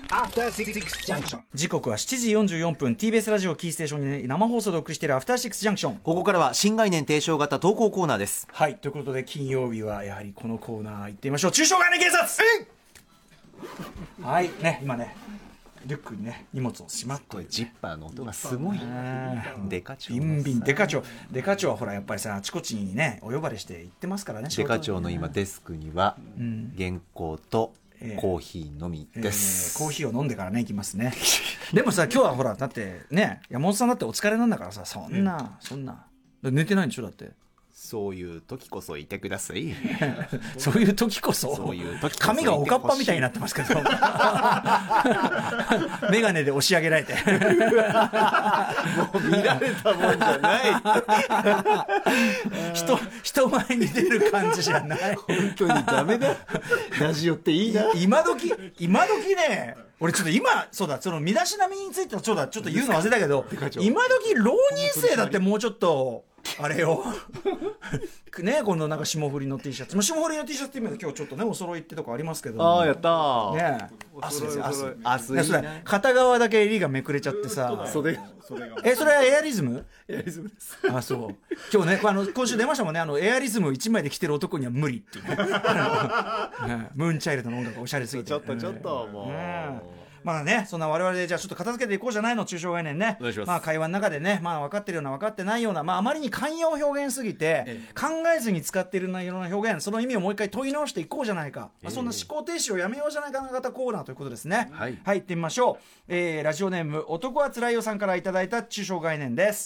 After Six Junction。 時刻は7時44分 TBS ラジオキーステーションに生放送でお送りしているアフターシックスジャンクション。 ここからは新概念提唱型投稿コーナーです。 はい、ということで金曜日はやはりこのコーナー行ってみましょう。中小概念警察。はいね、今ねリュックにね荷物をしまって、 これジッパーの音がすごい。デカ長ビンビンデカ長はほらやっぱりさ、あちこちにねお呼ばれして行ってますからね。 デカ長の今デスクには原稿とコーヒーのみです、 コーヒーを飲んでからね行きますね。でもさ今日はほらだってね山本さんだってお疲れなんだからさ、そんな寝てないんでしょだって。 そういう時こそいてください。 そういう時こそ。 そういう時こそ髪がおかっぱみたいになってますけどメガネで押し上げられてもう見られたもんじゃない人前に出る感じじゃない。 本当にダメだ。ラジオっていいな。 今時ね、俺ちょっと今そうだ、その身だしなみについてはちょっと言うの忘れたけど、今時浪人生だってもうちょっとあれよね、このなんか霜降りの T シャツ、霜降りの T シャツって意味で今日ちょっとねお揃いってとこありますけど、 ああやったーね、 明日いいね。 片側だけ襟がめくれちゃってさ、それはエアリズム？ エアリズムです。 あ、そう今日ね今週出ましたもんね、エアリズム1枚で着てる男には無理っていうねね、ムーンチャイルドの音楽おしゃれすぎてちょっともう、 まあね、そんな我々でじゃあちょっと片付けていこうじゃないの、抽象概念ね。 お願いします。 まあ会話の中でね、まあ分かってるような分かってないような、まああまりに寛容表現すぎて、考えずに使っているような表現、その意味をもう一回問い直していこうじゃないか。そんな思考停止をやめようじゃないかな方コーナーということですね。はい、行ってみましょう。ラジオネーム男はつらいよさんからいただいた抽象概念です。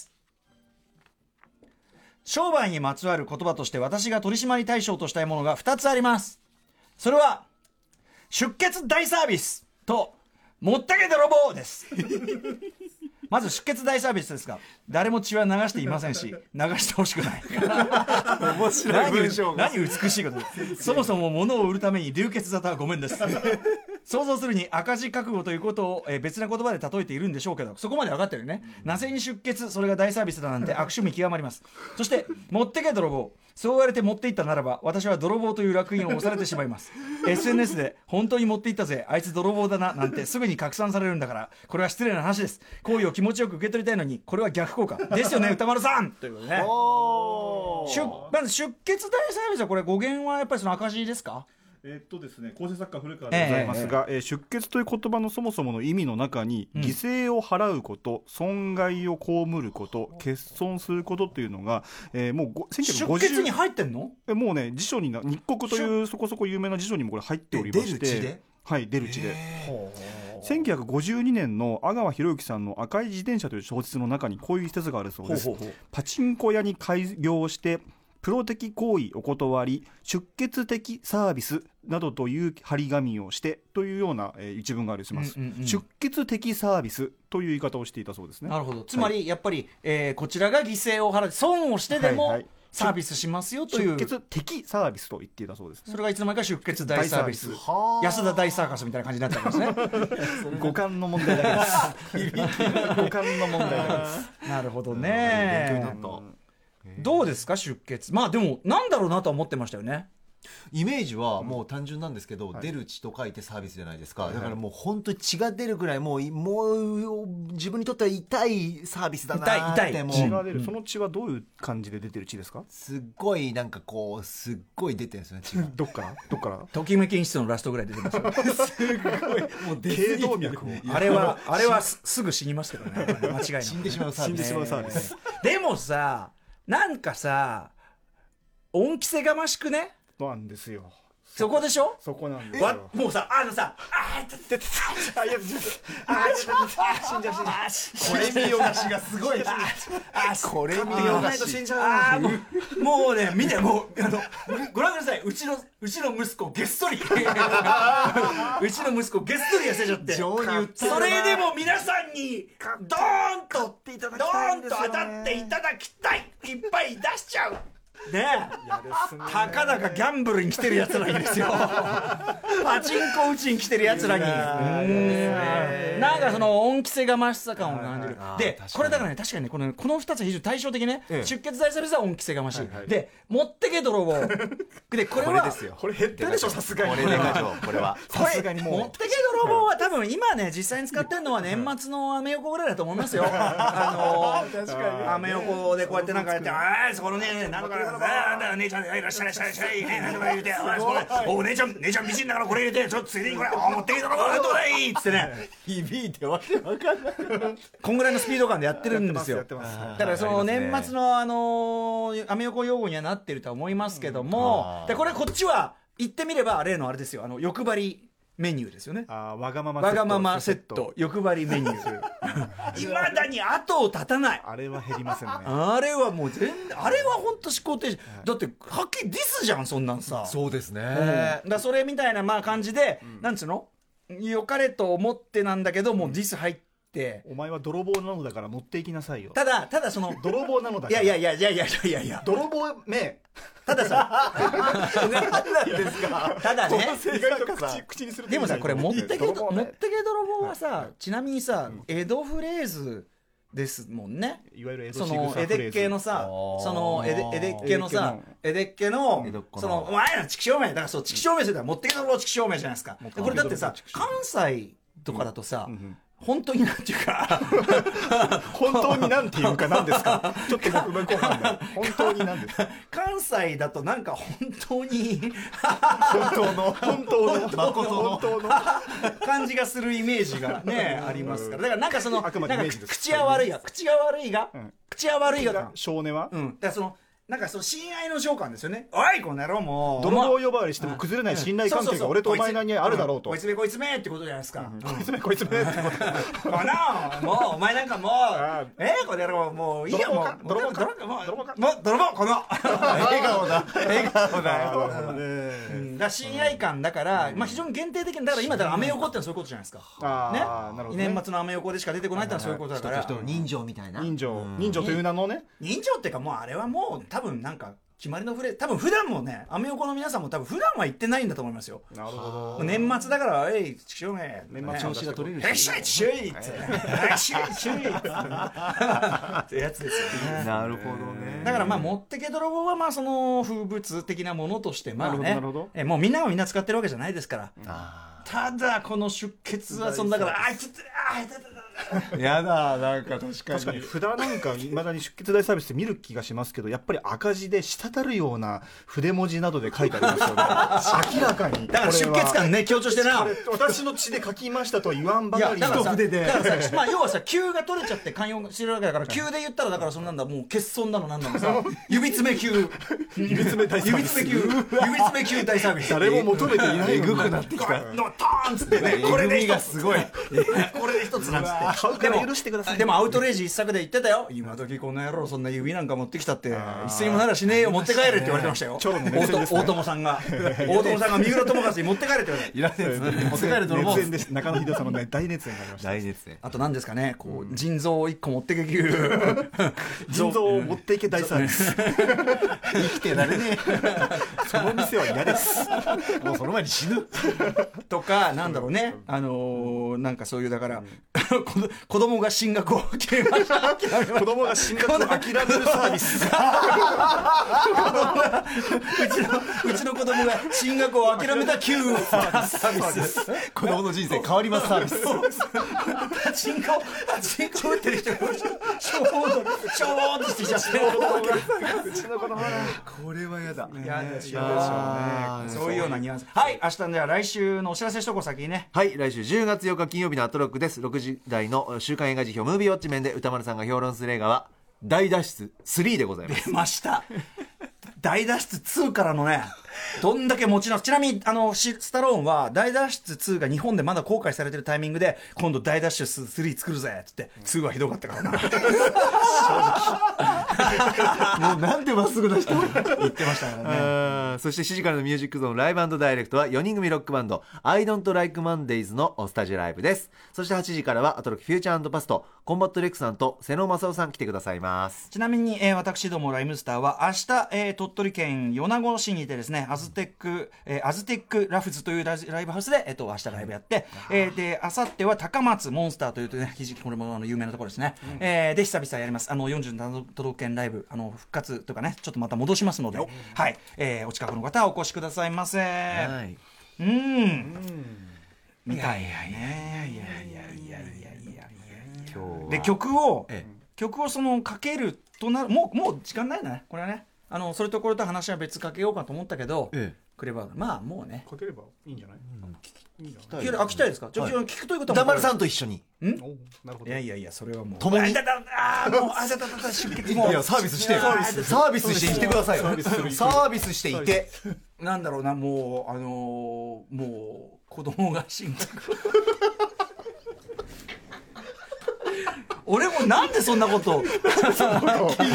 商売にまつわる言葉として私が取締り対象としたいものが2つあります。それは出血大サービスともったけ泥棒ですまず出血大サービスですが、誰も血は流していませんし流してほしくない面白い文章が何美しいことそもそも物を売るために流血沙汰はごめんです想像するに赤字覚悟ということを、別な言葉で例えているんでしょうけど、そこまで分かってるね。なぜに出血、それが大サービスだなんて悪趣味極まります。そして持ってけ泥棒、そう言われて持っていったならば私は泥棒という烙印を押されてしまいますSNS で本当に持っていったぜ、あいつ泥棒だななんてすぐに拡散されるんだから、これは失礼な話です。行為を気持ちよく受け取りたいのにこれは逆効果ですよね歌丸さんということでね。まず出血大サービスはこれ語源はやっぱりその赤字ですか？ ですね、構成作家古川でございますが、出血という言葉のそもそもの意味の中に、犠牲を払うこと、損害を被ること、欠損することっていうのが、もう1950 出血に入ってんの？ もうね、辞書に日国というそこそこ有名な辞書にもこれ入っておりまして、 出る地で？ はい、出る地で。1952年の阿川博之さんの赤い自転車という小説の中にこういう一節があるそうです。パチンコ屋に開業してプロ的行為お断り、出血的サービスなどという張り紙をしてというような、一文があります、出血的サービスという言い方をしていたそうですね。 なるほど。つまりやっぱり、こちらが犠牲を払って損をしてでも、サービスしますよという出血的サービスと言っていたそうです、ね、 それがいつの間にか出血大サービス、安田大サーカスみたいな感じになったんですね五感の問題だけです五感の問題だけです。 なるほどね。勉強になった。どうですか出血。まあでもなんだろうなとは思ってましたよね。 イメージはもう単純なんですけど、出る血と書いてサービスじゃないですか、だからもう本当に血が出るぐらいもう自分にとっては痛いサービスだなって。 痛い血が出る、その血はどういう感じで出てる血ですか？ すっごいなんかこうすっごい出てるんですよね血がどっからときめき室のラストぐらい出てますよすごいもう頸動脈をあれはすぐ死にますけどね間違いなく死んでしまうサービス、 でもさなんかさ恩着せがましくね。 なんですよ。 そこでしょ？ そこなんですよ。 もうさ死んじゃうこれ見よがしがすごいこれ見よがし死んじゃう。もうね見てもうご覧ください。うちの息子げっそりうちの息子げっそり痩せちゃってそれでも皆さんにドーンと当たっていただきたい。いっぱい出しちゃうねえ、たかだかギャンブルに来てるやつらにですよパチンコ打ちに来てるやつらになんかその恩着せがましさ感を感じる。でこれだからね確かにねこの2つは非常に対照的ね、出血大サービスは恩着せがましい、で持ってけ泥棒でこれはですよ。 これ減ったでしょさすがに。 これでかじょうこれはさすがにもう持ってけ泥棒は多分今ね実際に使ってるのは年末のアメ横ぐらいだと思いますよ。アメ横でこうやってなんかやって、ああそこのねなんとか姉ちゃんいらっしゃいいらっしゃいなんとか言うて、お姉ちゃん美人だからこれ入れてちょっとついでにこれ持ってきたのかどうだいっつってね、 響いてわけわかんないこんぐらいのスピード感でやってるんですよ。 やってますだからその年末のアメ横用語にはなってるとは思いますけども、でこれこっちは言ってみれば例のあれですよ、欲張りメニューですよね。 わがままセット欲張りメニューいまだに後を絶たない。 あれは減りませんね。 あれはもうあれは本当思考停止だって、はっきりディスじゃんそんなんさ。 そうですね、 だそれみたいなまあ感じで、なんつうの良かれと思ってなんだけどもうディス入って、 お前は泥棒なのだから持っていきなさいよ。 ただその泥棒なのだから。 いや泥棒め。 たださ何なんですか。 ただね意外と口にする。 でもさこれ持ってけ泥泥棒はさ、ちなみにさ江戸フレーズですもんね。 いわゆる江戸そ仕草フレーズ。 のエデッケのさ、そのエデッケのさ、エデッケのそのお前らチキショーメだから、そうチキショーメするから持ってけ泥棒チキショーメじゃないですか。これだってさ関西とかだとさ、本当になんていうか本当になんていうかなんですか。ちょっと僕もわかんない。本当になんですか。 関西だとなんか本当に本当の感じがするイメージがねありますから。だからなんかそのあくまでイメージです。 口は悪いが少年は、 だからそのなんかその親愛の情感ですよね。おいこの野郎もう泥棒呼ばわりしても崩れない信頼関係が俺とお前にあるだろうと。 こいつめってことじゃないですか。 こいつめってこと。 もうお前なんかもうこの野郎もういいよ、もう泥棒この笑顔だよ。親愛感だからまあ非常に限定的に、だから今だからアメ横ってのはそういうことじゃないですかね。年末のアメ横でしか出てこないってのはそういうことだから、 人情みたいな人情という名のね、 人情っていうかもうあれはもう多分なんか決まりのフレーズ、多分普段もねアメ横の皆さんも多分普段は言ってないんだと思いますよ。 なるほど。 年末だから「えいちきしょうめ」 年末調子が取れるし、 へっしゃいちしょいってやつですよね。 なるほどね。 だからまあ持ってけ泥棒はまあその風物的なものとしてまあね、もうみんながみんな使ってるわけじゃないですから。ただこの出血はそのだからやだ、なんか確かに札なんかいまだに出血大サービスって見る気がしますけど、やっぱり赤字で滴るような筆文字などで書いてありますよね。明らかにだから出血感ね強調してな、 私の血で書きましたとは言わんばかりの筆で。 だからさ、まあ要はさ球が取れちゃって寛容してるわけだから、球で言ったらだからそんなんだもう欠損なのなんだのさ、指爪球指爪球大サービス誰も求めていない。 えぐくなってきたのトーンっつってね、これでがすごいこれで一つなんつって買うから許してください。 でもアウトレイジ一作で言ってたよ、今時この野郎そんな指なんか持ってきたって一銭もならしねえよ、持って帰れって言われてましたよ。大友さんが三浦友和に持って帰れって言われて、 いらないですね。 持って帰れ泥棒。 中野秀さんのね大熱演がありました。 大熱演。 あと何ですかね、こう腎臓を一個持ってけきゅ腎臓を持っていけ大サービス。 生きてられねその店は嫌です。 もうその前に死ぬとかなんだろうね、なんかそういうだから子供が進学を諦めました。 子供が進学を諦めるサービス。 うちの子供が進学を諦めたサービス。 子供の人生変わりますサービス。 パチンコ打ってる人がちょうどしてきちゃって、 うちの子供はこれはやだ。 嫌でしょうね。そういうようなニュアンス。はい、明日では来週のお知らせしとこう先にね。 はい、来週10月8日金曜日のアトロックです。6時台の週刊映画辞表ムービーウォッチメンで歌丸さんが評論する映画は大脱出3でございます。 出ました大脱出2からのね、どんだけ持ち直す。ちなみにスタローンは大脱出2が日本でまだ公開されてるタイミングで今度大脱出3作るぜっつって、2はひどかったからな。 もうなんてまっすぐな人言ってましたからね。 そして7時からのミュージックゾーンライブ&ダイレクトは4人組ロックバンド I Don't Like Mondays のスタジオライブです。そして8時からはアトロックフューチャー&パストコンバットレックさんと瀬野正夫さん来てくださいます。 ちなみに、私どもライムスターは明日、鳥取県米子市にてですね、アズテックラフズというライブハウスで、明日ライブやって、で明後日は高松モンスターというね、これも有名なところですね、で久々やります。47都道府県ライブ復活とかね、ちょっとまた戻しますので、はい、お近くの方はお越しくださいませ。 はい、 みたいなね。 今日で曲をえそのかけるとなるもう時間ないねこれはね。それとこれと話は別かけようかと思ったけど、 えクレバーまあもうねかければいいんじゃない？いいんじゃない？ 聞きたいですか？ はい聞くということは歌丸さんと一緒におなるほど。 いやそれはもう共にもう出血もういやサービスしてサービスしていてくださいよ。サービスしていてなんだろうなもうもう子供が死んだ俺もなんでそんなことをその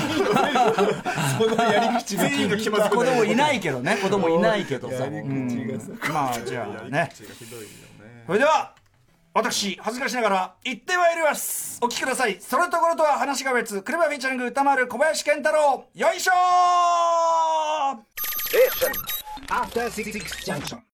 やり口が全員が気まずく子なる供いないけどね子供いないけどさやり口がさまあじゃあねひどいよね。 それでは私恥ずかしながら行ってまいります。お聞きください。それところとは話が別クレバフィーチャリング歌丸小林健太郎よいしょー。 After 66 junction.